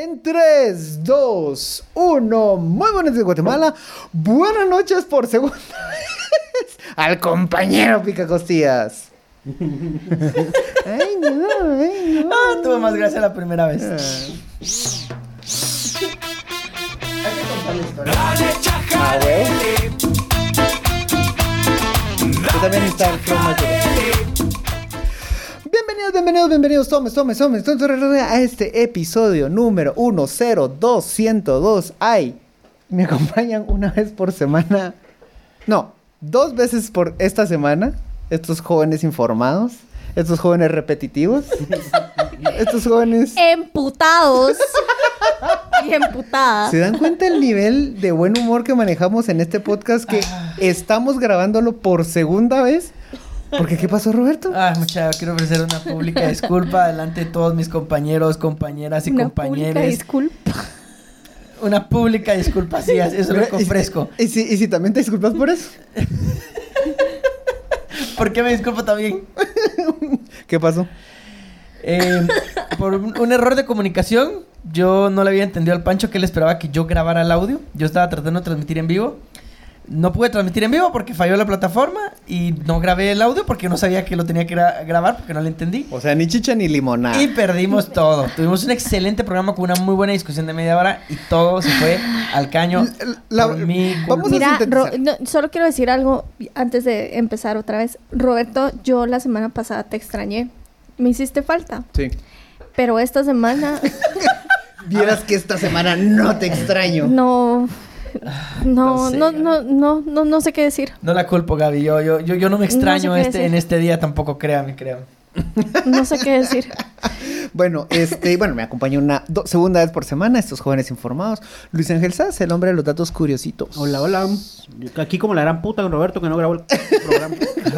En 3, 2, 1. Muy buenas de Guatemala. Buenas noches por segunda vez al compañero Picacostillas. Ay, no. Tuvo más gracia la primera vez. Hay que contar la historia. Tú también está el flow mayor. Bienvenidos, tomes a este episodio número 10202. Ay, me acompañan una vez por semana. No, 2 veces por esta semana. Estos jóvenes informados, estos jóvenes repetitivos, estos jóvenes emputados y emputadas. ¿Se dan cuenta el nivel de buen humor que manejamos en este podcast? Que estamos grabándolo por segunda vez. Porque, ¿qué pasó, Roberto? Muchacho, quiero ofrecer una pública disculpa delante de todos mis compañeros, compañeras y compañeros. Una pública disculpa, sí, eso es lo que ofrezco. ¿Y si también te disculpas por eso? ¿Por qué me disculpo también? ¿Qué pasó? Por un error de comunicación, yo no le había entendido al Pancho que él esperaba que yo grabara el audio. Yo estaba tratando de transmitir en vivo. No pude transmitir en vivo porque falló la plataforma y no grabé el audio porque no sabía que lo tenía que grabar porque no lo entendí. O sea, ni chicha ni limonada. Y perdimos todo. Tuvimos un excelente programa con una muy buena discusión de media hora y todo se fue al caño por mi culpa. Mira, solo quiero decir algo antes de empezar otra vez. Roberto, yo la semana pasada te extrañé. Me hiciste falta. Sí. Pero esta semana... Vieras que esta semana no te extraño. No sé qué decir. No la culpo, Gaby. Yo no me extraño en este día tampoco, créame. No sé qué decir. Bueno, me acompaña una segunda vez por semana estos jóvenes informados. Luis Ángel Sass, el hombre de los datos curiositos. Hola. Aquí como la gran puta con Roberto que no grabó el programa.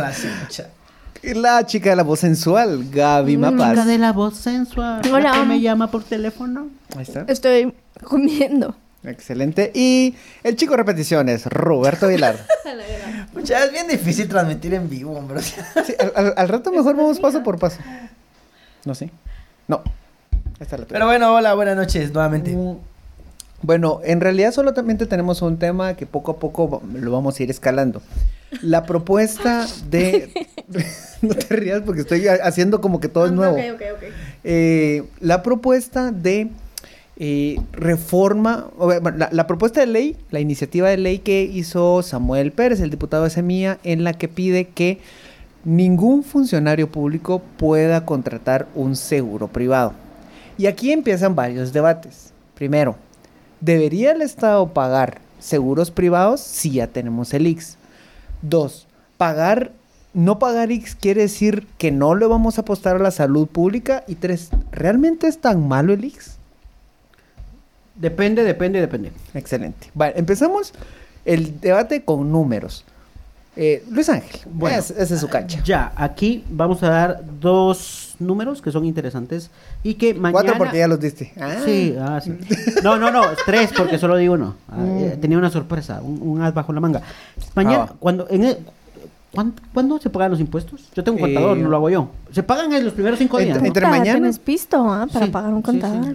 La chica de la voz sensual, Gaby Mapas. La chica de la voz sensual. Hola. ¿Que me llama por teléfono? Ahí está. Estoy comiendo. Excelente. Y el chico de repeticiones, Roberto Aguilar. Mucha, es bien difícil transmitir en vivo, hombre. Sí, al rato mejor vamos paso por paso. No sé. No. Esta es la Pero bueno, hola, buenas noches nuevamente. Bueno, en realidad solamente tenemos un tema que poco a poco lo vamos a ir escalando. La propuesta de... No te rías porque estoy haciendo como que todo es nuevo. Ok. La propuesta de... reforma, la propuesta de ley, la iniciativa de ley que hizo Samuel Pérez, el diputado de Semilla, en la que pide que ningún funcionario público pueda contratar un seguro privado. Y aquí empiezan varios debates. Primero, ¿debería el Estado pagar seguros privados si ya tenemos el IX? 2, no pagar IX quiere decir que no le vamos a apostar a la salud pública. Y 3, ¿realmente es tan malo el IX? Depende. Excelente. Vale, empezamos el debate con números. Luis Ángel, bueno, esa es su cancha. Ya, aquí vamos a dar 2 números que son interesantes y que mañana... 4 porque ya los diste. Sí. No, 3 porque solo di uno. Tenía una sorpresa, un as bajo la manga. Mañana, ¿cuándo se pagan los impuestos? Yo tengo un contador, no lo hago yo. Se pagan en los primeros 5 días, ¿no? Entre mañana... Tienes pisto, para pagar un contador.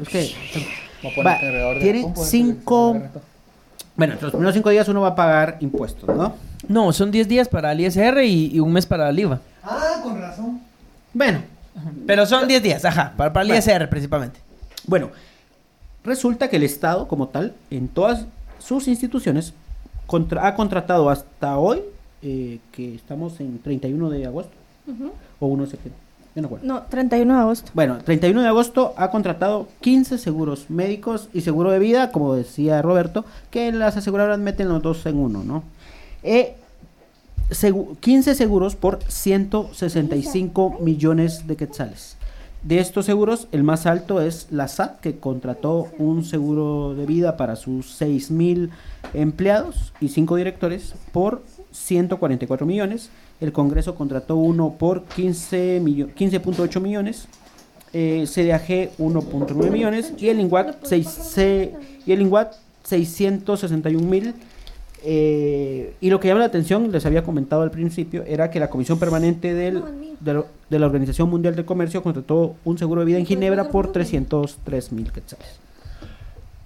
Tiene 5... Bueno, entre los primeros 5 días uno va a pagar impuestos, ¿no? No, son 10 días para el ISR y un mes para el IVA. Con razón. Bueno. Pero son 10 días, para el ISR principalmente. Bueno, resulta que el Estado como tal, en todas sus instituciones, ha contratado hasta hoy, que estamos en 31 de agosto, o uno se queda. No, 31 de agosto. Bueno, 31 de agosto ha contratado 15 seguros médicos y seguro de vida, como decía Roberto, que las aseguradoras meten los dos en uno, ¿no? 15 seguros por 165 millones de quetzales. De estos seguros, el más alto es la SAT, que contrató un seguro de vida para sus 6,000 empleados y 5 directores por 144 millones. El Congreso contrató uno por 15.8 millones. CDAG 1.9 millones. Y el INGUAT 661,000. Y lo que llama la atención, les había comentado al principio, era que la Comisión Permanente de la Organización Mundial del Comercio contrató un seguro de vida en Ginebra por 303,000 quetzales.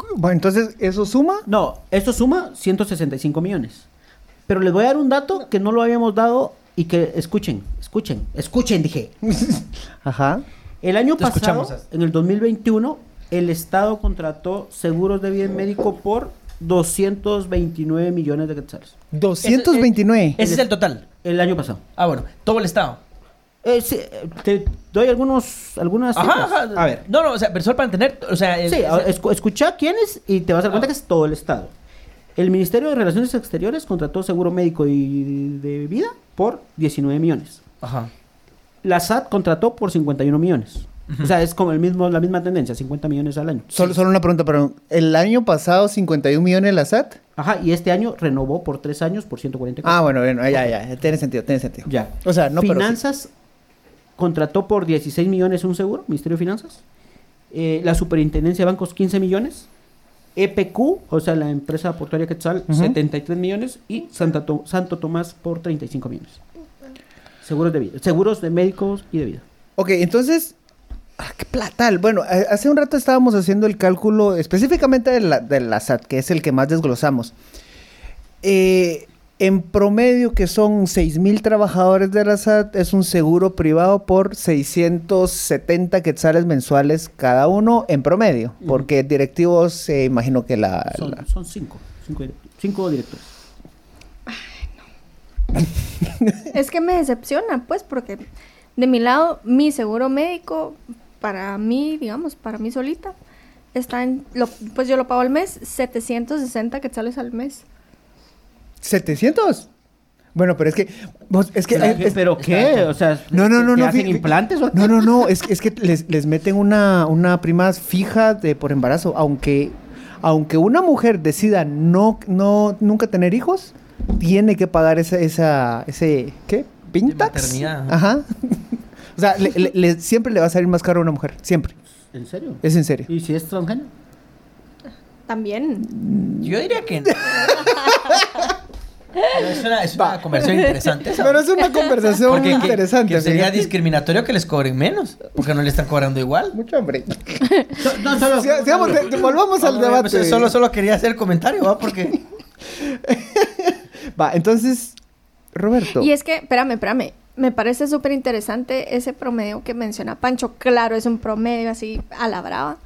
Bueno, entonces, ¿eso suma? No, esto suma 165 millones. Pero les voy a dar un dato que no lo habíamos dado y que escuchen, dije. Ajá. El año Te pasado, escuchamos. en el 2021, el Estado contrató seguros de vida médico por 229 millones de quetzales. 229. Ese es el total. El año pasado. Ah, bueno, todo el Estado. Sí, te doy algunas cifras. Ajá. A ver. No, o sea, pero solo para entender, o sea... Sí, escucha quiénes y te vas a dar cuenta que es todo el Estado. El Ministerio de Relaciones Exteriores contrató seguro médico y de vida por 19 millones. Ajá. La SAT contrató por 51 millones. O sea, es como la misma tendencia, 50 millones al año. Solo una pregunta, perdón. ¿El año pasado 51 millones la SAT? Ajá, y este año renovó por 3 años por 144. Ah, bueno, ya. Tiene sentido. Ya. O sea, no, pero sí. Finanzas contrató por 16 millones un seguro, Ministerio de Finanzas. La Superintendencia de Bancos, 15 millones. EPQ, o sea, la empresa portuaria Quetzal, 73 millones. Y Santo Tomás por 35 millones. Seguros de vida. Seguros de médicos y de vida. Ok, entonces... ¡Qué platal! Bueno, hace un rato estábamos haciendo el cálculo específicamente de la SAT, que es el que más desglosamos. En promedio, que son 6,000 trabajadores de la SAT, es un seguro privado por 670 quetzales mensuales cada uno en promedio. Porque directivos, imagino que Son 5 directores. Es que me decepciona, pues, porque de mi lado, mi seguro médico, para mí, digamos, para mí solita, está pues yo lo pago al mes, 760 quetzales al mes. ¿700? Bueno, pero es que... ¿Pero qué? O sea, No. ¿que hacen implantes o qué? No. Es que les meten una prima fija por embarazo. Aunque una mujer decida nunca tener hijos, tiene que pagar ese ¿qué? ¿Pintax? De maternidad. Ajá. O sea, siempre le va a salir más caro a una mujer. Siempre. ¿En serio? Es en serio. ¿Y si es transgénero? También. Yo diría que no. Pero es una conversación interesante esa. Pero es una conversación muy Porque interesante. que sería fíjate. discriminatorio que les cobren menos, porque no le están cobrando igual. Mucho hambre. No, solo... Volvamos al debate. Solo quería hacer el comentario, ¿va? Porque... Va, entonces, Roberto. Y es que, espérame. Me parece súper interesante ese promedio que menciona Pancho. Claro, es un promedio así a la brava.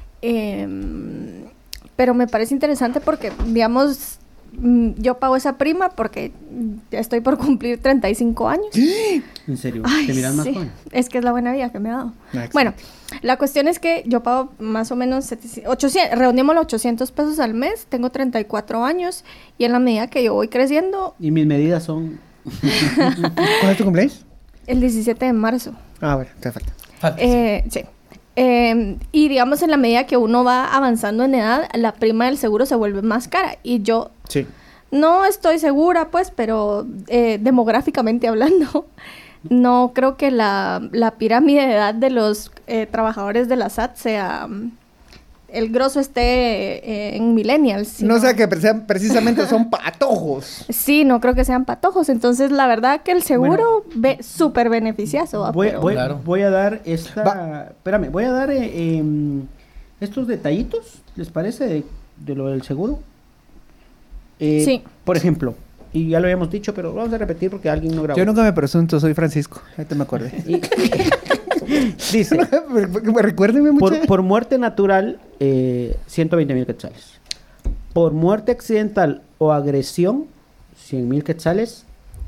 Pero me parece interesante porque, digamos, yo pago esa prima porque estoy por cumplir 35 años. ¿En serio? Ay, ¿Te miras más sí. joven? Es que es la buena vida que me ha dado. Excellent. Bueno, la cuestión es que yo pago más o menos 800, reunimos los 800 pesos al mes, tengo 34 años y en la medida que yo voy creciendo, Y mis medidas son... ¿Cuándo es tu cumpleaños? el 17 de marzo. Ah, bueno, te falta. Sí. Y digamos, en la medida que uno va avanzando en edad, la prima del seguro se vuelve más cara. Y yo Sí. no estoy segura, pues, pero demográficamente hablando, no creo que la pirámide de edad de los trabajadores de la SAT sea... el grosso esté en millennials. Sino... No sea que precisamente son patojos. Sí, no creo que sean patojos. Entonces, la verdad que el seguro súper beneficioso. ¿Va? Pero- Claro. Voy a dar Espérame, voy a dar estos detallitos, ¿les parece? De lo del seguro. Sí. Por ejemplo, y ya lo habíamos dicho, pero vamos a repetir porque alguien no grabó. Yo nunca me presunto, soy Francisco. Ahorita me acordé. Dice... Recuérdeme mucho. Por muerte natural, 120,000 quetzales. Por muerte accidental o agresión, 100,000 quetzales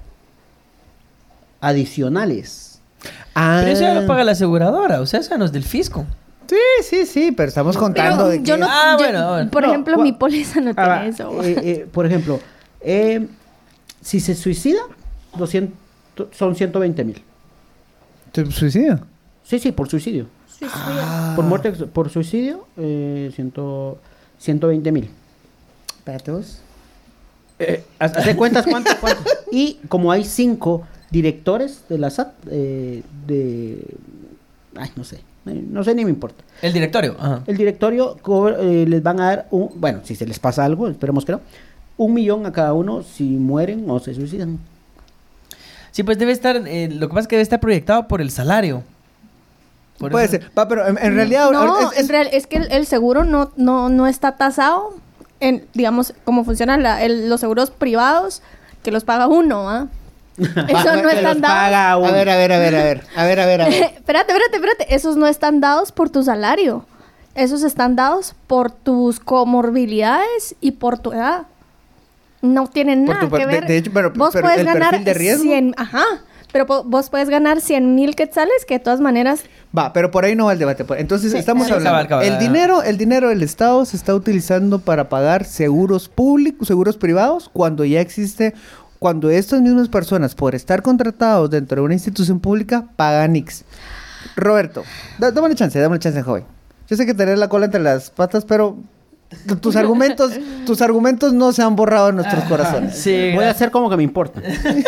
adicionales. Ah, Pero eso ya lo paga la aseguradora, o sea, eso no es del fisco. Sí, pero estamos contando Pero de que... yo no, Ah, yo- bueno. por No, ejemplo, mi póliza no tiene Ah, eso. por ejemplo, si se suicida, son 120,000. ¿Te suicidio? Sí, por suicidio. Ah. Por muerte, por suicidio, 120,000. Espérate vos. ¿Hace cuentas cuánto? Y como hay 5 directores de la SAT, no sé ni me importa. El directorio. Ajá. El directorio les van a dar bueno, si se les pasa algo, esperemos que no, 1 millón a cada uno si mueren o se suicidan. Sí, pues debe estar, lo que pasa es que debe estar proyectado por el salario. Por Puede eso- ser. Va, pero en realidad... No, es- es que el seguro no está tasado en, digamos, cómo funcionan los seguros privados, que los paga uno, ¿ah? Eso no Que los están dados. paga uno. A ver. Espérate. Esos no están dados por tu salario. Esos están dados por tus comorbilidades y por tu edad. No tienen Por nada tu- que ver. de hecho, pero vos el puedes ganar perfil de riesgo. 100, pero vos puedes ganar 100,000 quetzales, que de todas maneras Va, pero por ahí no va el debate. Entonces, Sí, estamos sí, hablando. cabal. El dinero del Estado se está utilizando para pagar seguros públicos, seguros privados, cuando ya existe, cuando estas mismas personas, por estar contratados dentro de una institución pública, pagan X. Roberto, dame una chance, joven. Yo sé que tenés la cola entre las patas, pero tus argumentos no se han borrado en nuestros corazones. Sí, Voy a hacer como que me importa.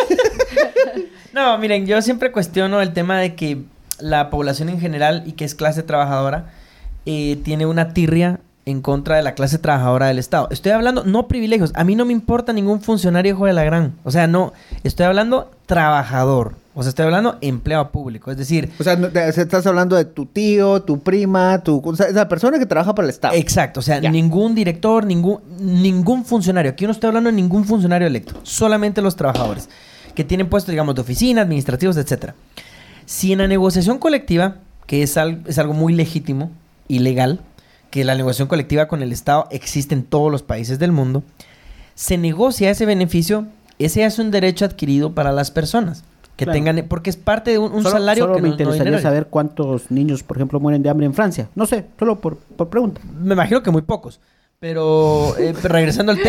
No, miren, yo siempre cuestiono el tema de que la población en general y que es clase trabajadora tiene una tirria en contra de la clase trabajadora del Estado. Estoy hablando, no privilegios. A mí no me importa ningún funcionario hijo de la gran. O sea, no. Estoy hablando trabajador. O sea, estoy hablando empleado público. Es decir... O sea, estás hablando de tu tío, tu prima, o sea, esa persona que trabaja para el Estado. Exacto. O sea, Ya. ningún director, ningún funcionario. Aquí no estoy hablando de ningún funcionario electo. Solamente los trabajadores. Que tienen puestos, digamos, de oficina, administrativos, etcétera. Si en la negociación colectiva, que es algo muy legítimo y legal, que la negociación colectiva con el Estado existe en todos los países del mundo, se negocia ese beneficio, ese es un derecho adquirido para las personas que Claro. tengan, porque es parte de un Solo salario que me no interesaría dinero. saber cuántos niños, por ejemplo, mueren de hambre en Francia. No sé, solo por pregunta. Me imagino que muy pocos. Pero regresando al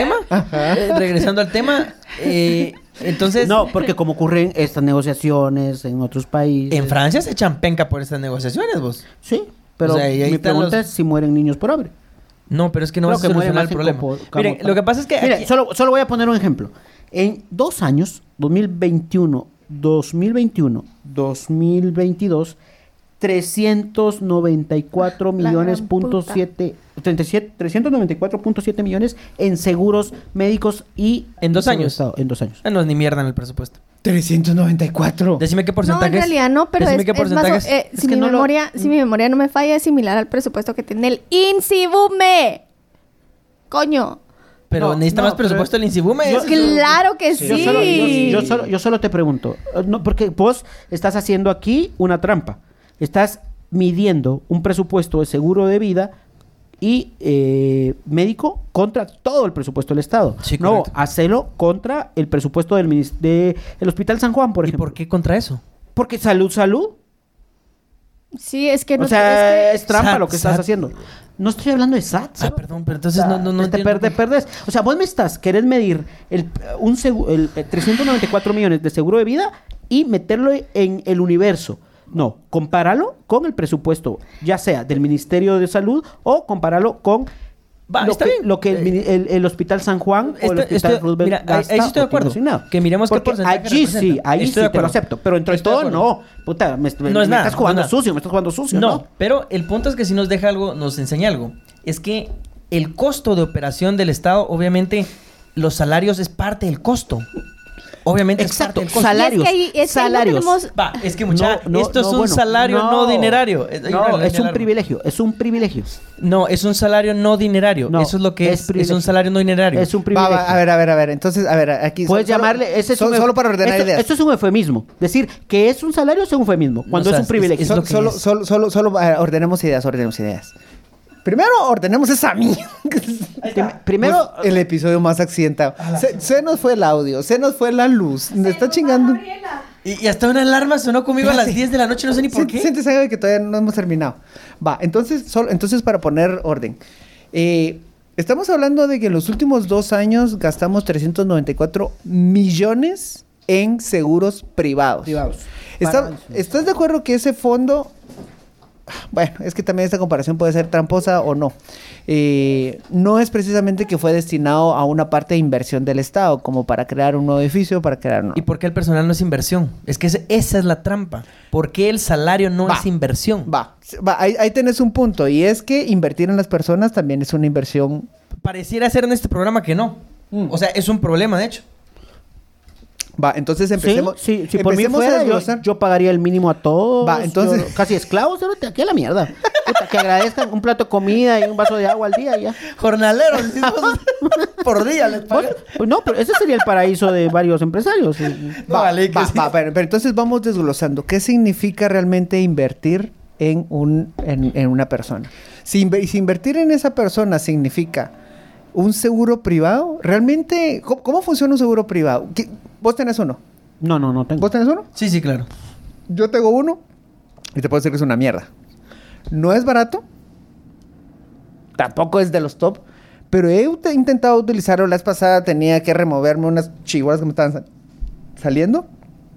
tema, entonces No, porque como ocurren estas negociaciones en otros países. en Francia se echan penca por estas negociaciones, vos. Sí, pero O sea, y ahí mi están pregunta los- es si mueren niños por hambre. No, pero es que no Creo vas a que mueren solucionar el más en problema. Copo- Miren, Campo- lo que pasa es que Mire, aquí- solo voy a poner un ejemplo. En 2 años, 2021, 2022, 394 La millones gran punto puta. 394.7 millones en seguros médicos y ¿En 2 seguro de años? Estado, en 2 años. No es ni mierda en el presupuesto. 394. Decime qué no, porcentaje en realidad no, pero Decime qué es más porcentajes. Es si que mi no lo- memoria, si mi memoria no me falla, es similar al presupuesto que tiene el INSIBUME. Coño. Pero No, necesita no, más presupuesto el INSIBUME. yo- Claro que sí. Yo solo te pregunto, no, porque vos estás haciendo aquí una trampa. Estás midiendo un presupuesto de seguro de vida y médico contra todo el presupuesto del Estado. Sí, no, correcto. hacelo contra el presupuesto del el Hospital San Juan, por ¿Y ejemplo. por qué contra eso? Porque salud. Sí, es que no O sea, es es trampa SAT, lo que estás SAT. haciendo. No estoy hablando de SAT. Ah, perdón, pero entonces no te entiendo. perdés. O sea, vos querés medir el 394 millones de seguro de vida y meterlo en el universo. No, compáralo con el presupuesto, ya sea del Ministerio de Salud o compáralo con Va, está bien. lo que el Hospital San Juan o el Hospital Roosevelt mira, ahí gasta sí estoy de o tiene acuerdo. asignado. Que miremos qué Porque porcentaje allí sí, representa. ahí sí Estoy de te lo acuerdo. acepto. Pero entre Estoy de todo, acuerdo. no. Puta, me No es nada, estás jugando no es nada. sucio, me estás jugando sucio, No, ¿no? pero el punto es que si nos deja algo, nos enseña algo. Es que el costo de operación del Estado, obviamente, los salarios es parte del costo. Obviamente Exacto, es parte del costo. salarios. Y es que ahí no salarios. tenemos- Va, es que mucha, No, esto es un bueno, salario no dinerario. No, es un privilegio, es un privilegio. No, es un salario no dinerario. No, Eso es lo que es es privilegio. un salario no dinerario. Es un Va, privilegio. a ver. Entonces, a ver, aquí... Puedes llamarle... Ese es un solo para ordenar esto, ideas. Esto es un eufemismo. Decir que es un salario es un eufemismo. Cuando O sea, es un privilegio. es lo que es. Solo ordenemos ideas. Primero ordenemos esa mierda. Primero... Pues, el episodio más accidentado. Se nos fue el audio, se nos fue la luz. Me está chingando. Y hasta una alarma sonó conmigo a las Espérate. 10 de la noche, no sé ni por qué. Siéntese, sabe que todavía no hemos terminado. Va, entonces para poner orden. Estamos hablando de que en los últimos 2 años gastamos 394 millones en seguros privados. ¿Estás de acuerdo que ese fondo... Bueno, es que también esta comparación puede ser tramposa o no. No es precisamente que fue destinado a una parte de inversión del Estado, como para crear un nuevo edificio, para crear un... ¿Y por qué el personal no es inversión? Es que esa es la trampa. ¿Por qué el salario no Va. es inversión? Va, ahí tenés un punto, y es que invertir en las personas también es una inversión. Pareciera ser en este programa que no. O sea, es un problema, de hecho. Va, entonces empecemos. Sí, si por mí empecemos a fuera, desglosar. yo pagaría el mínimo a todos. Va, entonces- Casi esclavos, cerote, aquí a la mierda. Puta, que agradezcan un plato de comida y un vaso de agua al día y ya. Jornaleros, decís vos, por día les pagan. Pues no, pero ese sería el paraíso de varios empresarios. No, vale, que sí. Pero entonces vamos desglosando. ¿Qué significa realmente invertir en una persona? Si invertir en esa persona significa un seguro privado, realmente, ¿cómo funciona un seguro privado? ¿Vos tenés uno? No tengo. ¿Vos tenés uno? Sí, sí, claro. Yo tengo uno y te puedo decir que es una mierda. No es barato, tampoco es de los top, pero he intentado utilizarlo. La vez pasada tenía que removerme unas chihuahuas que me estaban saliendo.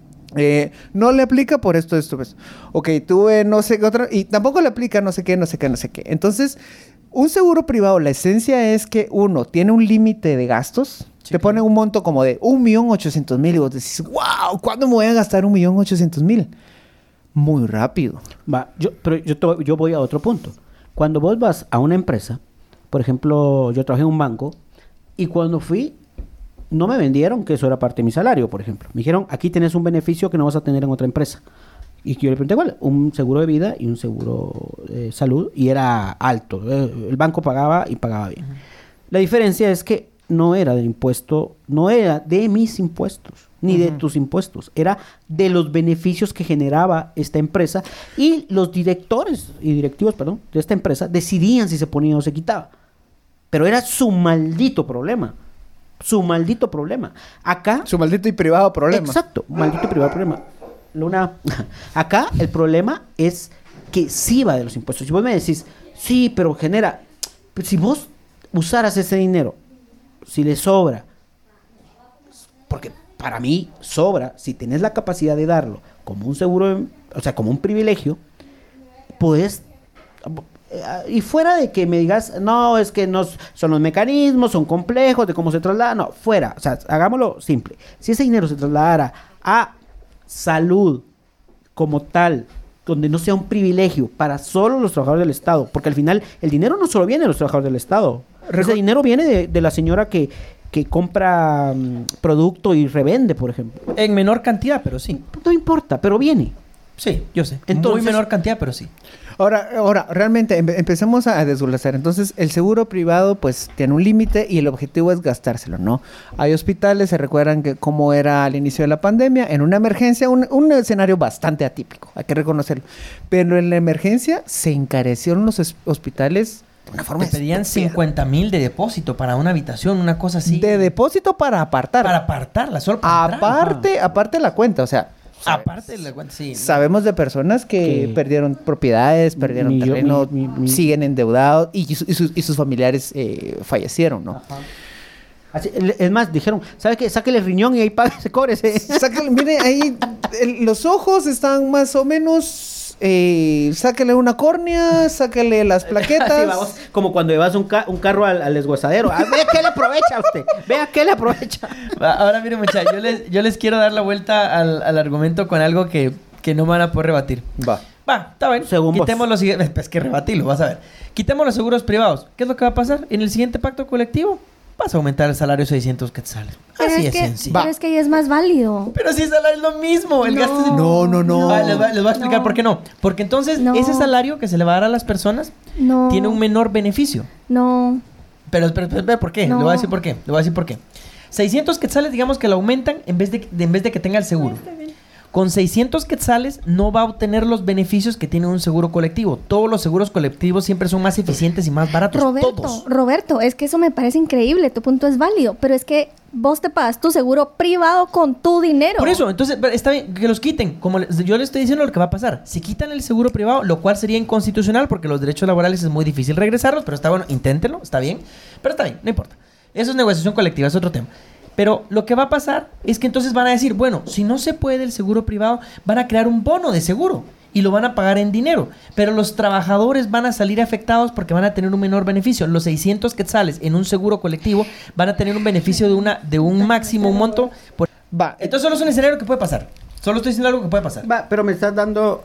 No le aplica por esto. Pues. Ok, tuve no sé qué otra, y tampoco le aplica no sé qué. Entonces, un seguro privado, la esencia es que uno tiene un límite de gastos. Sí, te pone un monto como de 1.800.000 y vos decís, wow, ¿cuándo me voy a gastar 1.800.000? Muy rápido. Va, yo voy a otro punto. Cuando vos vas a una empresa, por ejemplo, yo trabajé en un banco y cuando fui, no me vendieron que eso era parte de mi salario, por ejemplo. Me dijeron, aquí tienes un beneficio que no vas a tener en otra empresa. Y yo le pregunté, ¿cuál? Un seguro de vida y un seguro de salud, y era alto. El banco pagaba y pagaba bien. La diferencia es que no era del impuesto, no era de mis impuestos, ni de tus impuestos. Era de los beneficios que generaba esta empresa, y los directores y directivos, de esta empresa decidían si se ponía o se quitaba. Pero era su maldito problema. Su maldito problema. Acá... Su maldito y privado problema. Exacto, maldito y privado problema. Luna, acá el problema es que sí va de los impuestos. Si vos me decís, sí, pero genera... Pero si vos usaras ese dinero, si le sobra, porque para mí sobra, si tenés la capacidad de darlo como un seguro, o sea, como un privilegio, puedes... Y fuera de que me digas, no, es que no son los mecanismos, son complejos, de cómo se traslada, no, fuera, o sea, hagámoslo simple. Si ese dinero se trasladara a salud como tal, donde no sea un privilegio para solo los trabajadores del Estado, porque al final el dinero no solo viene de los trabajadores del Estado, ese dinero viene de la señora que compra producto y revende, por ejemplo. En menor cantidad, pero sí. No importa, pero viene. Sí, yo sé. Entonces- Muy menor cantidad, pero sí. Ahora, realmente empecemos a desglosar. Entonces, el seguro privado, pues, tiene un límite y el objetivo es gastárselo, ¿no? Hay hospitales, se recuerdan que cómo era al inicio de la pandemia, en una emergencia, un escenario bastante atípico, hay que reconocerlo. Pero en la emergencia se encarecieron los hospitales de una forma Te pedían estúpida. 50,000 de depósito para una habitación, una cosa así. De depósito para apartar. Para apartarla, solo para entrar. Aparte la cuenta, o sea... Aparte de la cuenta, sí. Sabemos de personas que perdieron propiedades, perdieron terreno, siguen endeudados y sus familiares fallecieron, ¿no? Ajá. Así, es más, dijeron, ¿sabe qué? Sáquele el riñón y ahí págase, cóbrese. Mire, ahí los ojos están más o menos... sáquele una córnea, sáquele las plaquetas. Así vamos, como cuando llevas un carro al deshuesadero. Vea qué le aprovecha a usted. Vea qué le aprovecha. Ahora miren, muchachos, yo les quiero dar la vuelta al argumento con algo que no me van a poder rebatir. Va. Va, está bien. Según vos. Quitemos los siguientes. Pues que rebatirlo, vas a ver. Quitemos los seguros privados. ¿Qué es lo que va a pasar? En el siguiente pacto colectivo vas a aumentar el salario 600 quetzales. Pero Así es es que, sencillo. pero es que ahí es más válido. Pero si el salario es lo mismo, el No. gasto es... No. Ah, les voy a explicar No. por qué no. Porque entonces No. ese salario que se le va a dar a las personas No. tiene un menor beneficio. No. Pero ¿por qué? No. Le voy a decir por qué. 600 quetzales, digamos que lo aumentan en vez de que tenga el seguro. Con 600 quetzales no va a obtener los beneficios que tiene un seguro colectivo. Todos los seguros colectivos siempre son más eficientes y más baratos. Todos. Roberto, es que eso me parece increíble. Tu punto es válido. Pero es que vos te pagas tu seguro privado con tu dinero. Por eso, entonces está bien que los quiten. Como yo les estoy diciendo lo que va a pasar. Si quitan el seguro privado, lo cual sería inconstitucional porque los derechos laborales es muy difícil regresarlos, pero está bueno, inténtenlo, está bien. Pero está bien, no importa. Eso es negociación colectiva, es otro tema. Pero lo que va a pasar es que entonces van a decir, bueno, si no se puede el seguro privado, van a crear un bono de seguro y lo van a pagar en dinero. Pero los trabajadores van a salir afectados porque van a tener un menor beneficio. Los 600 quetzales en un seguro colectivo van a tener un beneficio de un máximo, un monto. Va. Entonces solo es un escenario que puede pasar. Solo estoy diciendo algo que puede pasar. Va, pero me estás dando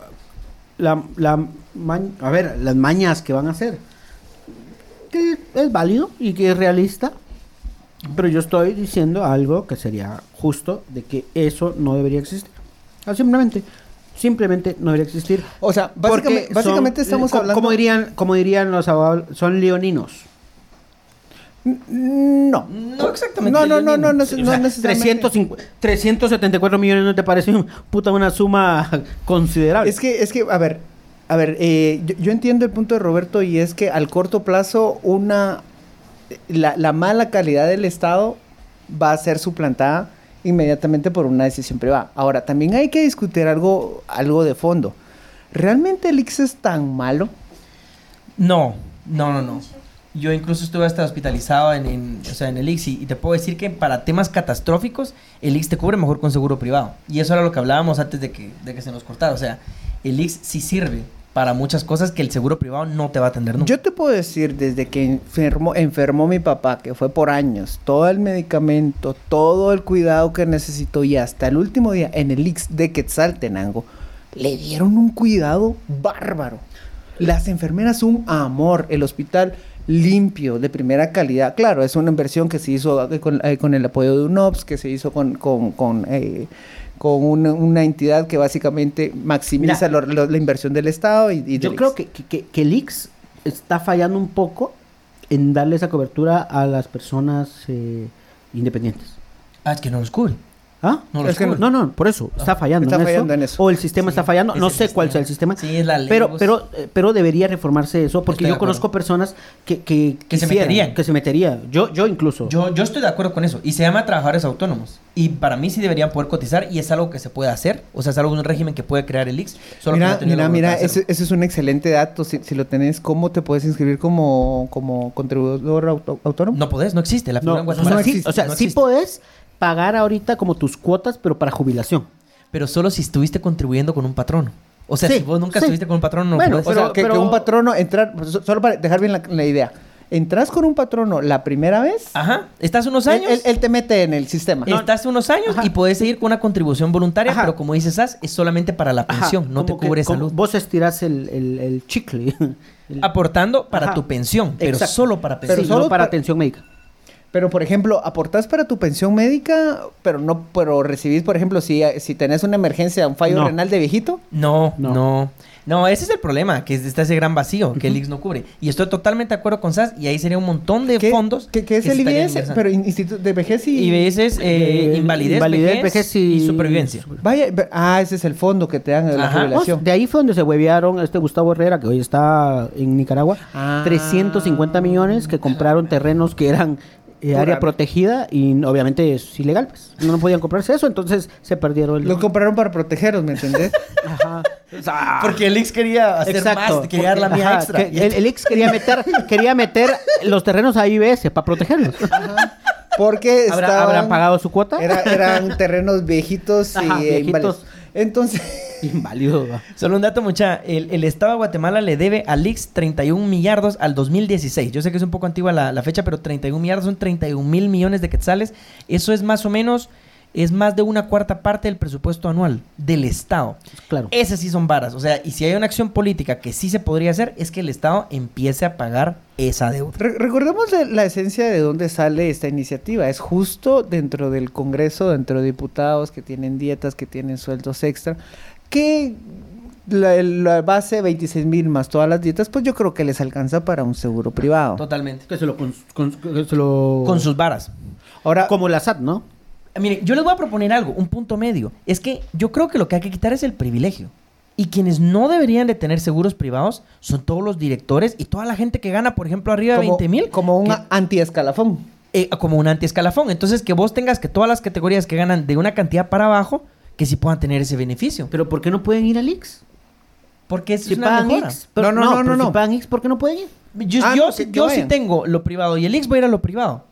las mañas que van a hacer. Que es válido y que es realista. Pero yo estoy diciendo algo que sería justo, de que eso no debería existir. Simplemente no debería existir. O sea, Porque básicamente estamos hablando... Como dirían los abogados, son leoninos. No. No exactamente. No leonino. necesariamente. 374 millones no te parece una suma considerable. Es que, a ver, yo entiendo el punto de Roberto y es que al corto plazo la mala calidad del Estado va a ser suplantada inmediatamente por una decisión privada. Ahora, también hay que discutir algo de fondo. ¿Realmente el IX es tan malo? No. Yo incluso estuve hasta hospitalizado en el IX y te puedo decir que para temas catastróficos el IX te cubre mejor con seguro privado. Y eso era lo que hablábamos antes de que se nos cortara. O sea, el IX sí sirve para muchas cosas que el seguro privado no te va a atender nunca. Yo te puedo decir, desde que enfermó mi papá, que fue por años, todo el medicamento, todo el cuidado que necesitó y hasta el último día en el IX de Quetzaltenango, le dieron un cuidado bárbaro. Las enfermeras un amor, el hospital limpio, de primera calidad. Claro, es una inversión que se hizo con el apoyo de UNOPS, que se hizo con una entidad que básicamente maximiza la inversión del Estado y yo creo que el IX está fallando un poco en darle esa cobertura a las personas independientes. Es que no los cubre. ¿Ah? No, por eso está fallando, en eso. O el sistema está fallando, no sé cuál sea el sistema. Sí, es la ley. Pero debería reformarse eso, porque yo conozco personas que se meterían. Que se meterían. Yo incluso. Yo estoy de acuerdo con eso. Y se llama trabajadores autónomos. Y para mí sí deberían poder cotizar y es algo que se puede hacer. O sea, es algo de un régimen que puede crear el IX. Mira, ese es un excelente dato. Si lo tenés, ¿cómo te puedes inscribir como contribuidor autónomo? No podés, no existe. La figura en Guatemala no existe. O sea, sí podés pagar ahorita como tus cuotas, pero para jubilación. Pero solo si estuviste contribuyendo con un patrono. O sea, si vos nunca estuviste con un patrono, no bueno, puedes. Que un patrono entrar, solo para dejar bien la idea. Entras con un patrono la primera vez. Ajá. Estás unos años. Él te mete en el sistema. Estás unos años y puedes seguir con una contribución voluntaria, pero como dices, es solamente para la pensión, no te cubre salud. Vos estirás el chicle. Aportando para tu pensión, pero solo para pensión. Pero solo para atención médica. Pero, por ejemplo, aportás para tu pensión médica, pero recibís, por ejemplo, si tenés una emergencia, un fallo renal de viejito. No, ese es el problema, que está ese gran vacío que el IX no cubre. Y estoy totalmente de acuerdo con SAS y ahí sería un montón de fondos. ¿Qué es el IBS? Pero Instituto de Vejez y... IBS es invalidez, vejez y supervivencia. Vaya, ese es el fondo que te dan de la jubilación. De ahí fue donde se huevearon Gustavo Herrera, que hoy está en Nicaragua. 350 millones que compraron terrenos que eran... área protegida y obviamente es ilegal, pues. No podían comprarse eso, entonces se perdieron. Lo compraron para protegerlos, ¿me entendés? Ajá. Porque el IX quería hacer más, quería dar la mía extra. El IX quería meter los terrenos a IBS para protegerlos. Ajá. Porque ¿Habrán pagado su cuota? Eran terrenos viejitos y inválidos. Entonces... Inválido. Solo un dato, mucha. El Estado de Guatemala le debe al IX 31 millardos al 2016. Yo sé que es un poco antigua la fecha, pero 31 millardos son 31 mil millones de quetzales. Eso es más o menos... Es más de una cuarta parte del presupuesto anual del Estado. Claro. Esas sí son varas. O sea, y si hay una acción política que sí se podría hacer, es que el Estado empiece a pagar esa deuda. Recordemos la esencia de dónde sale esta iniciativa. Es justo dentro del Congreso, dentro de diputados que tienen dietas, que tienen sueldos extra, que la base 26,000 más todas las dietas, pues yo creo que les alcanza para un seguro privado. Totalmente. Que se lo... Con sus varas. Ahora, como la SAT, ¿no? Mire, yo les voy a proponer algo, un punto medio. Es que yo creo que lo que hay que quitar es el privilegio. Y quienes no deberían de tener seguros privados son todos los directores y toda la gente que gana, por ejemplo, arriba de 20,000. Como un antiescalafón. Como un antiescalafón. Entonces, que vos tengas que todas las categorías que ganan de una cantidad para abajo, que sí puedan tener ese beneficio. ¿Pero por qué no pueden ir al IX? Porque es si una pagan mejora. IX. Pero no. Si pagan IX, ¿por qué no pueden ir? Yo sí tengo lo privado y el IX va a ir a lo privado.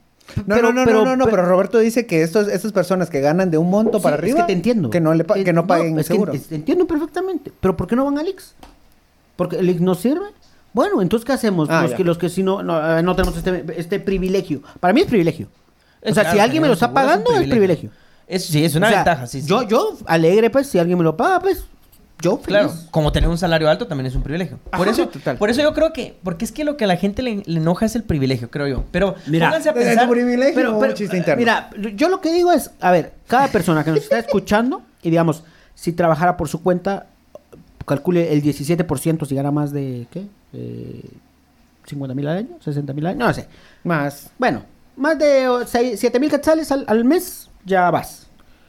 Pero Roberto dice que estas personas que ganan de un monto para arriba, es que te entiendo. Que no paguen el seguro. Te entiendo perfectamente. Pero ¿por qué no van al IX? ¿Porque el IX no sirve? Bueno, entonces ¿qué hacemos? Los que si no tenemos este privilegio. Para mí es privilegio. O sea, si alguien me lo está pagando, es privilegio. Sí, es una ventaja. Sí. Yo alegre, pues, si alguien me lo paga, pues, Yo feliz. Claro, como tener un salario alto también es un privilegio. Por Ajá, eso, total. por eso yo creo que, porque es que lo que a la gente le enoja es el privilegio, creo yo. Pero Mira, pónganse a Desde pensar. tu privilegio, un chiste interno. Mira, yo lo que digo es, a ver, cada persona que nos está escuchando y digamos, si trabajara por su cuenta, calcule el 17% si gana más de, ¿qué? 50,000 al año, 60,000 al año, no sé. Más. Bueno, más de 7,000 quetzales al mes, ya vas.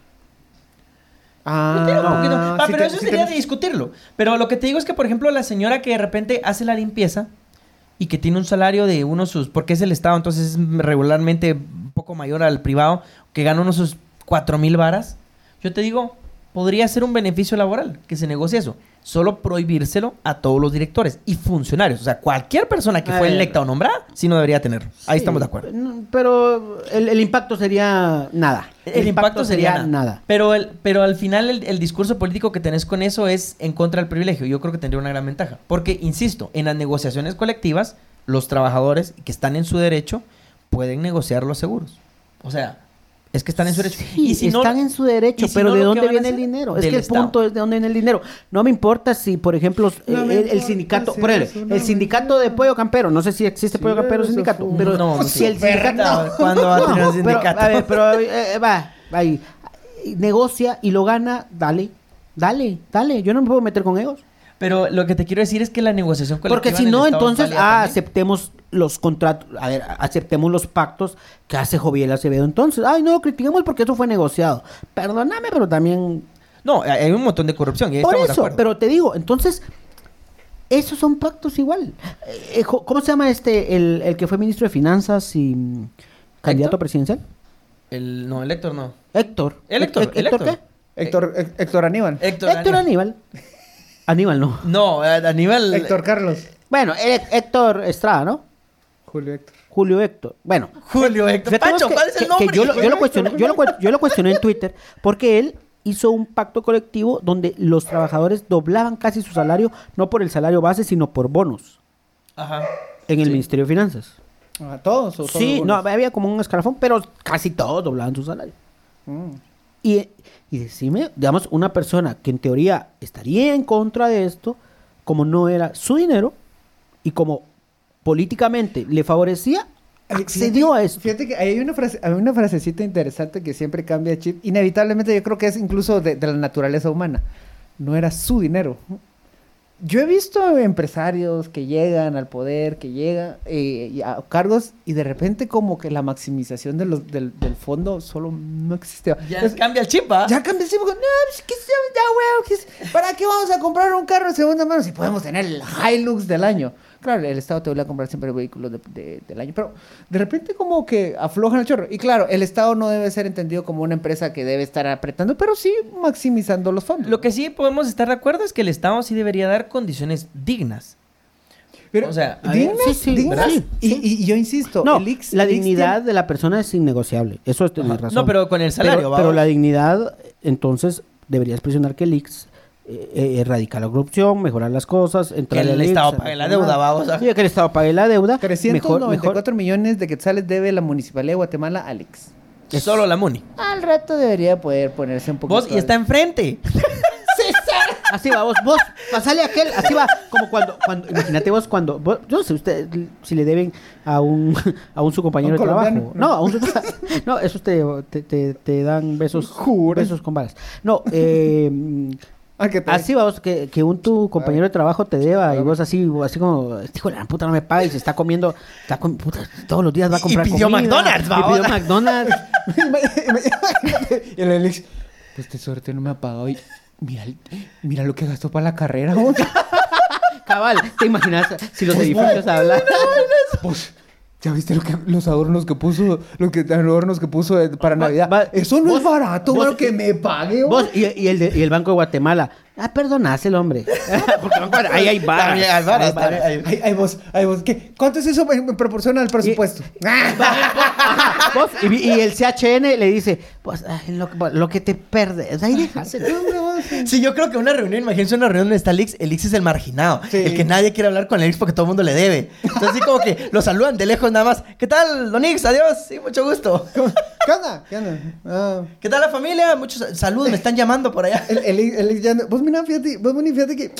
Pero eso sería de discutirlo. Pero lo que te digo es que, por ejemplo, la señora que de repente hace la limpieza y que tiene un salario de porque es el Estado, entonces es regularmente un poco mayor al privado, que gana unos sus 4,000 varas, yo te digo, podría ser un beneficio laboral que se negocie eso. Solo prohibírselo a todos los directores y funcionarios. O sea, cualquier persona que fue electa o nombrada, sí no debería tenerlo. Ahí estamos de acuerdo. Pero el impacto sería nada. El impacto sería nada. Pero al final el discurso político que tenés con eso es en contra del privilegio. Yo creo que tendría una gran ventaja. Porque, insisto, en las negociaciones colectivas, los trabajadores que están en su derecho pueden negociar los seguros. O sea, es que están en su derecho. Sí, y si están no, en su derecho, si pero no, ¿de lo que dónde van a viene el hacer, dinero? Es del que el Estado. punto es de dónde viene el dinero. No me importa si, por ejemplo, No me el importa sindicato, si por es ejemplo, una el sindicato de Pollo Campero, no sé si existe Sí, Pollo Campero eso sindicato, fue- pero No, si el Berta, sindicato... ¿cuándo va a tener un sindicato? Pero, a ver, pero va, ahí, negocia y lo gana, dale, yo no me puedo meter con ellos. Pero lo que te quiero decir es que la negociación colectiva Porque si en el no, Estado entonces, es válida también. aceptemos los contratos, a ver, aceptemos los pactos que hace Joviel Acevedo. Entonces, ay, no lo critiquemos porque eso fue negociado. Perdóname, pero también... No, hay un montón de corrupción y ahí Por estamos de eso, acuerdo. pero te digo, entonces, esos son pactos igual. ¿Cómo se llama el que fue ministro de Finanzas y candidato presidencial? No, el Héctor no. Héctor. El Héctor. ¿Qué? Héctor Aníbal. Héctor Aníbal. Aníbal no. No, Aníbal. Héctor Carlos. Bueno, Héctor Estrada, ¿no? Julio Héctor. Julio Héctor. Bueno. Julio Héctor. Fíjate Pancho, vos ¿cuál es el nombre? que yo lo cuestioné en Twitter porque él hizo un pacto colectivo donde los trabajadores doblaban casi su salario, no por el salario base, sino por bonos Ajá. en el Sí. Ministerio de Finanzas. ¿A todos o solo Sí, no, algunos? había como un escalafón, pero casi todos doblaban su salario. Mm. Y decime, digamos, una persona que en teoría estaría en contra de esto, como no era su dinero y como políticamente le favorecía, accedió a esto. Fíjate que hay una frasecita interesante que siempre cambia de chip. Inevitablemente yo creo que es incluso de la naturaleza humana. No era su dinero. Yo he visto empresarios que llegan al poder, que llegan a cargos y de repente como que la maximización del fondo solo no existe. Ya cambia el chip, ¿va? Ya cambié, sí, porque, no, pues, ¿qué se ya, weón? ¿Para qué vamos a comprar un carro de segunda mano si podemos tener el Hilux del año? Claro, el Estado te obliga a comprar siempre vehículos del año, pero de repente como que aflojan el chorro. Y claro, el Estado no debe ser entendido como una empresa que debe estar apretando, pero sí maximizando los fondos. Lo que sí podemos estar de acuerdo es que el Estado sí debería dar condiciones dignas. Pero, o sea, dignas, sí, dignas. ¿verdad? Sí, Y yo insisto, No, el IX la el IX dignidad de la persona es innegociable. Eso tienes razón. No, pero con el salario, Pero ¿va? la dignidad, entonces, deberías presionar que el IX erradicar la corrupción, mejorar las cosas, entrar Que el al IX, Estado pague la deuda, vamos a... Sí, que el Estado pague la deuda. 394 millones de quetzales debe la Municipalidad de Guatemala al IX. Es solo la MUNI. Al rato debería poder ponerse un poquito... Vos, y está enfrente. Así va, vos, pasale a aquel, así va, como cuando imagínate yo no sé usted si le deben a un su compañero de ¿Un trabajo. colombiano? No, a un no, esos te dan besos, Juro. besos con balas. No, ¿Qué tal? así va, vos, que tu compañero de trabajo te deba y vos así como, hijo de la puta, no me paga y se está comiendo, puta, todos los días va a comprar pidió comida. McDonald's, va, Y pidió ahora. McDonald's. Y el IX, pues de suerte no me ha pagado y... Mira lo que gastó para la carrera, vos. Cabal, ¿te imaginas si los edificios hablan? Pues, ¿ya viste los adornos que puso? Para Navidad. Eso no es barato, vos- bueno, que me pague, Vos y el Banco de Guatemala. Perdonáselo, hombre. Porque ahí hay varas. También hay varas, también hay- Ay, vos, ¿qué? ¿Cuánto es eso en proporción al presupuesto? Vos, y el CHN le dice, pues, lo que te perdes, ahí déjaselo. Sí, yo creo que una reunión, imagínense una reunión donde está el IX es el marginado, Sí. el que nadie quiere hablar con el IX porque todo el mundo le debe. Entonces, así como que lo saludan de lejos nada más. ¿Qué tal, don IX? Adiós, sí, mucho gusto. ¿Qué onda? ¿Qué onda? Ah. ¿Qué tal la familia? Muchos saludos, me están llamando por allá. Vos mira, fíjate que...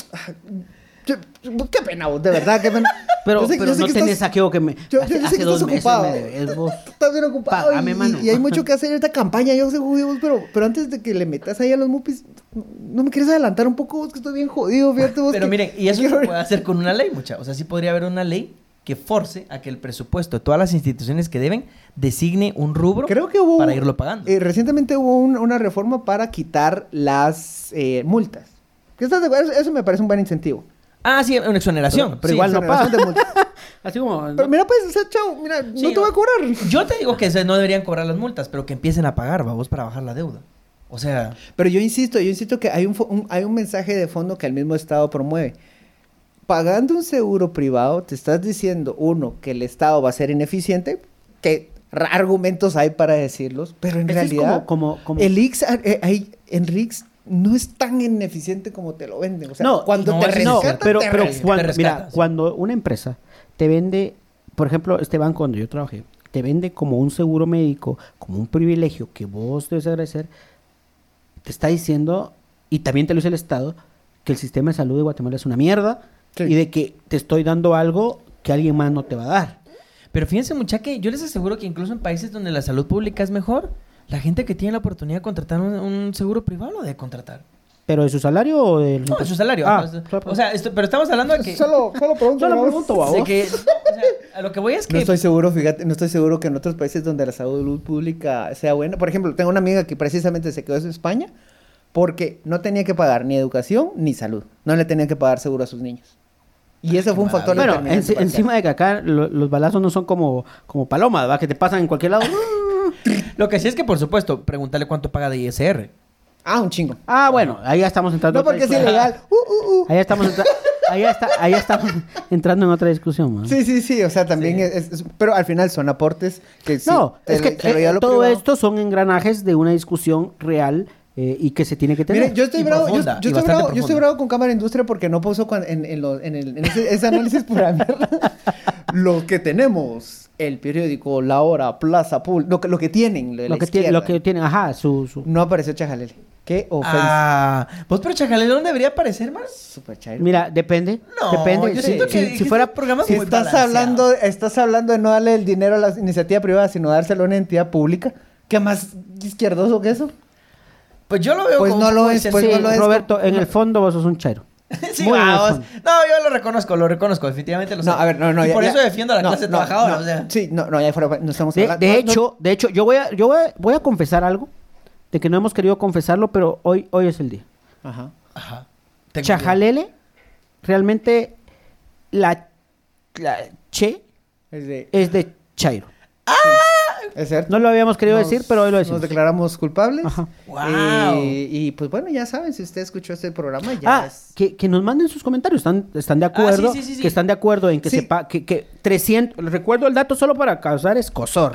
Qué pena vos, de verdad, qué pena. Pero Yo sé no que tenés estás- saqueo que me... Yo hace sé que dos estás meses ocupado. me debes vos. Estás bien ocupado Págame, mano. y hay mucho que hacer en esta campaña. Yo sé, jodido, vos, pero antes de que le metas ahí a los mupis, ¿no me quieres adelantar un poco vos? Que estoy bien jodido, fíjate vos. Pero que- miren, y eso que- se puede hacer con una ley, mucha. O sea, sí podría haber una ley que force a que el presupuesto de todas las instituciones que deben designe un rubro Creo que hubo... para irlo pagando. Recientemente hubo una reforma para quitar las multas. ¿Qué estás de acuerdo? Eso me parece un buen incentivo. Ah, sí, una exoneración. Pero Sí, igual no Exoneración paga. de multas. Así como... Pero mira, pues, o sea, chao, mira, Sí, no te voy a cobrar. Yo te digo que no deberían cobrar las multas, pero que empiecen a pagar, vamos, para bajar la deuda. O sea, Pero yo insisto que hay hay un mensaje de fondo que el mismo Estado promueve. Pagando un seguro privado, te estás diciendo, uno, que el Estado va a ser ineficiente, que argumentos hay para decirlos, pero en Ese es realidad como- el IX, en RIX no es tan ineficiente como te lo venden. O sea, No, cuando no, te eso sí, No, rescatan, pero te rescatan. cuando, rescata, mira, sí. cuando una empresa te vende, por ejemplo, este banco donde yo trabajé, te vende como un seguro médico, como un privilegio que vos debes agradecer, te está diciendo, y también te lo dice el Estado, que el sistema de salud de Guatemala es una mierda Sí. y de que te estoy dando algo que alguien más no te va a dar. pero fíjense, mucha, que yo les aseguro que incluso en países donde la salud pública es mejor, la gente que tiene la oportunidad de contratar un seguro privado lo debe contratar. ¿Pero de su salario o del...? No, es su salario. Ah, O sea, pero estamos hablando de que... Solo pregunto. Solo ¿no? pregunto, ¿va? de que o sea, a lo que voy es que... No estoy seguro, fíjate, no estoy seguro que en otros países donde la salud pública sea buena. Por ejemplo, tengo una amiga que precisamente se quedó en España porque no tenía que pagar ni educación ni salud. No le tenían que pagar seguro a sus niños. Y eso fue un factor Bueno, determinante para encima de que acá los balazos no son como palomas, ¿va? Que te pasan en cualquier lado. Lo que sí es que, por supuesto, pregúntale cuánto paga de ISR. un chingo. Ah, bueno, ahí ya estamos entrando. No porque es ilegal. Ahí ya estamos entrando en otra discusión, man. Sí, o sea, también pero al final son aportes que sí, No, es que te lo lleva lo todo privado. esto son engranajes de una discusón real y que se tiene que tener. Mire, yo estoy Y bravo, profunda, y yo estoy bastante bravo, yo estoy profunda. bravo con Cámara de Industria porque no puso en ese análisis pura mierda. Lo que tenemos, el periódico, La Hora, Plaza Pública, lo que tienen, lo que tienen, ajá, su... no apareció Chajalele. Qué ofensa. Pues, pero Chajalele, ¿dónde debería aparecer más? Super chairo. Mira, depende. No, depende. yo siento que Si fuera... programas Si muy estás balanceados. hablando de no darle el dinero a la iniciativa privada, sino dárselo a una entidad pública, ¿qué más izquierdoso que eso? Pues yo lo veo Pues como no lo puede es, ser- pues Sí, no lo es. Roberto, en el fondo vos sos un chairo. Sí, Muy en el vamos. fondo. No, yo lo reconozco, definitivamente lo sé. No, a ver, no. Y ya- por ya- eso defiendo a la no, clase no, trabajadora, no. o sea. Sí, no, ya fuera, no estamos De hablando. hecho, yo voy a confesar algo de que no hemos querido confesarlo, pero hoy es el día. Ajá. Ajá. Tengo Chajalele, realmente la che es de chairo. Es cierto. No lo habíamos querido Nos- decir, pero hoy lo decimos. Nos declaramos culpables. Ajá. Guau. Y pues bueno, ya saben, si usted escuchó este programa, ya es... Que nos manden sus comentarios. ¿Están de acuerdo? sí. Que están de acuerdo en que Sí. sepa que 300, recuerdo el dato solo para causar escozor.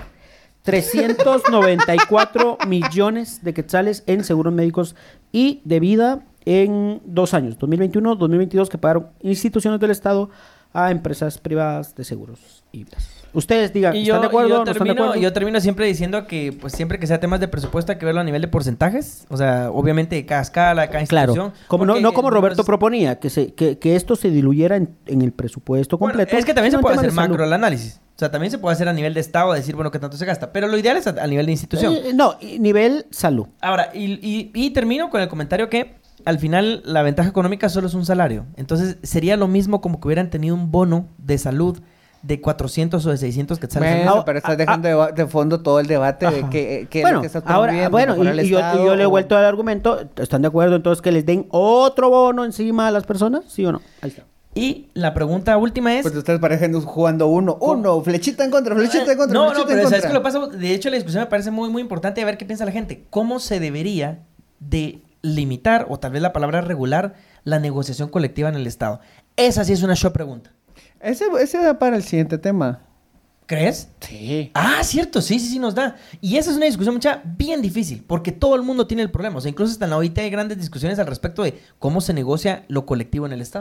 394 millones de quetzales en seguros médicos y de vida en 2 años, 2021, 2022, que pagaron instituciones del Estado a empresas privadas de seguros y vidas. Ustedes digan, Y ¿están de acuerdo? yo ¿No están de acuerdo? termino siempre diciendo que pues siempre que sea temas de presupuesto hay que verlo a nivel de porcentajes. O sea, obviamente de cada escala, de cada Claro, institución. como porque no como Roberto números- proponía, que esto se diluyera en el presupuesto Bueno, completo. es que también se sino en puede temas hacer de salud. macro el análisis. O sea, también se puede hacer a nivel de Estado, decir, bueno, qué tanto se gasta. Pero lo ideal es a nivel de institución. No, nivel salud. Ahora, y termino con el comentario que al final la ventaja económica solo es un salario. Entonces, sería lo mismo como que hubieran tenido un bono de salud de 400 o de 600 quetzales. al mes. Bueno, pero estás dejando de fondo todo el debate de Ajá. qué es Bueno, lo que estás ahora, promoviendo, bueno, mejorar el y yo Estado, le he o- vuelto al argumento. ¿Están de acuerdo entonces que les den otro bono encima a las personas? ¿Sí o no? Ahí está. Y la pregunta última es... Pues ustedes parecen jugando uno, flechita en contra, flechita en contra, No, flechita pero en ¿sabes qué contra. lo pasa? De hecho, la discusión me parece muy, muy importante a ver qué piensa la gente. ¿Cómo se debería de limitar, o tal vez la palabra regular, la negociación colectiva en el Estado? Esa sí es una show pregunta. Ese da para el siguiente tema. ¿Crees? Sí. Ah, cierto, sí nos da. Y esa es una discusión mucha bien difícil, porque todo el mundo tiene el problema. O sea, incluso hasta en la OIT hay grandes discusiones al respecto de cómo se negocia lo colectivo en el Estado.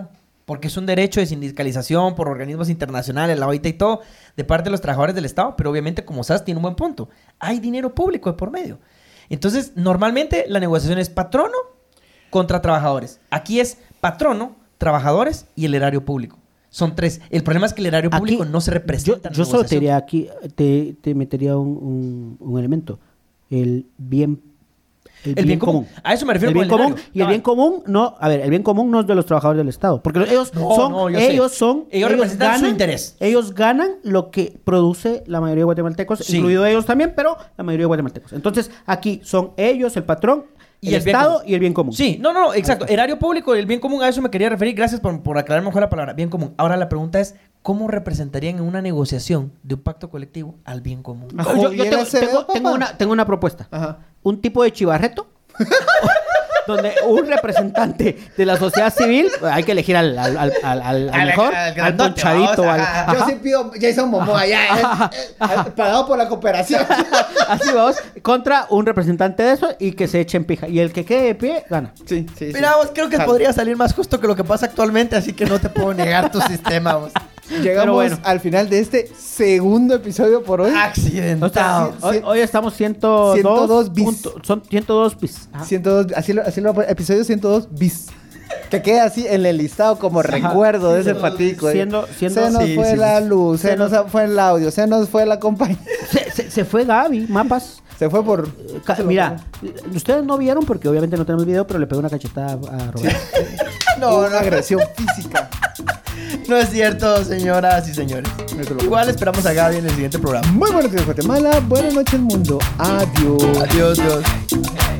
porque es un derecho de sindicalización por organismos internacionales, la OIT y todo, de parte de los trabajadores del Estado, pero obviamente como SAS tiene un buen punto. Hay dinero público de por medio. Entonces, normalmente la negociación es patrono contra trabajadores. Aquí es patrono, trabajadores y el erario público. Son tres. El problema es que el erario público no se representa. Yo solo te diría aquí, te metería un elemento. El bien común. A eso me refiero. El bien común. Y el bien común no, a ver, el bien común no es de los trabajadores del Estado, porque ellos representan su interés. Ellos ganan lo que produce la mayoría de guatemaltecos, incluido ellos también, pero la mayoría de guatemaltecos. Entonces, aquí son ellos, el patrón, y el Estado y el bien común. Sí, no, exacto. Erario público y el bien común, a eso me quería referir. Gracias por aclarar mejor la palabra, bien común. Ahora la pregunta es, ¿cómo representarían en una negociación de un pacto colectivo al bien común? Yo tengo una propuesta. Ajá. Un tipo de chivarreto donde un representante de la sociedad civil, hay que elegir al mejor, al ponchadito. Yo sí pido Jason Momoa allá, pagado por la cooperación. Así vamos, contra un representante de eso y que se echen pija. Y el que quede de pie, gana. Sí. Mira, vos creo que podría salir más justo que lo que pasa actualmente, así que no te puedo negar tu sistema, vos. Llegamos al final de este segundo episodio por hoy. Accidentado. Hoy estamos 102 bis. Son 102 bis. 102, episodio 102 bis. Que queda así en el listado como recuerdo de ese fatídico. Se nos fue la luz, se nos fue el audio, se nos fue la compañía. Se fue Gaby, mapas. Se fue por... Mira, ustedes no vieron porque obviamente no tenemos video, pero le pegó una cachetada a Roberto. No, una agresión física. No es cierto, señoras y señores. Igual esperamos a Gaby en el siguiente programa. Muy buenos días, Guatemala. Buenas noches, mundo. Adiós. Adiós.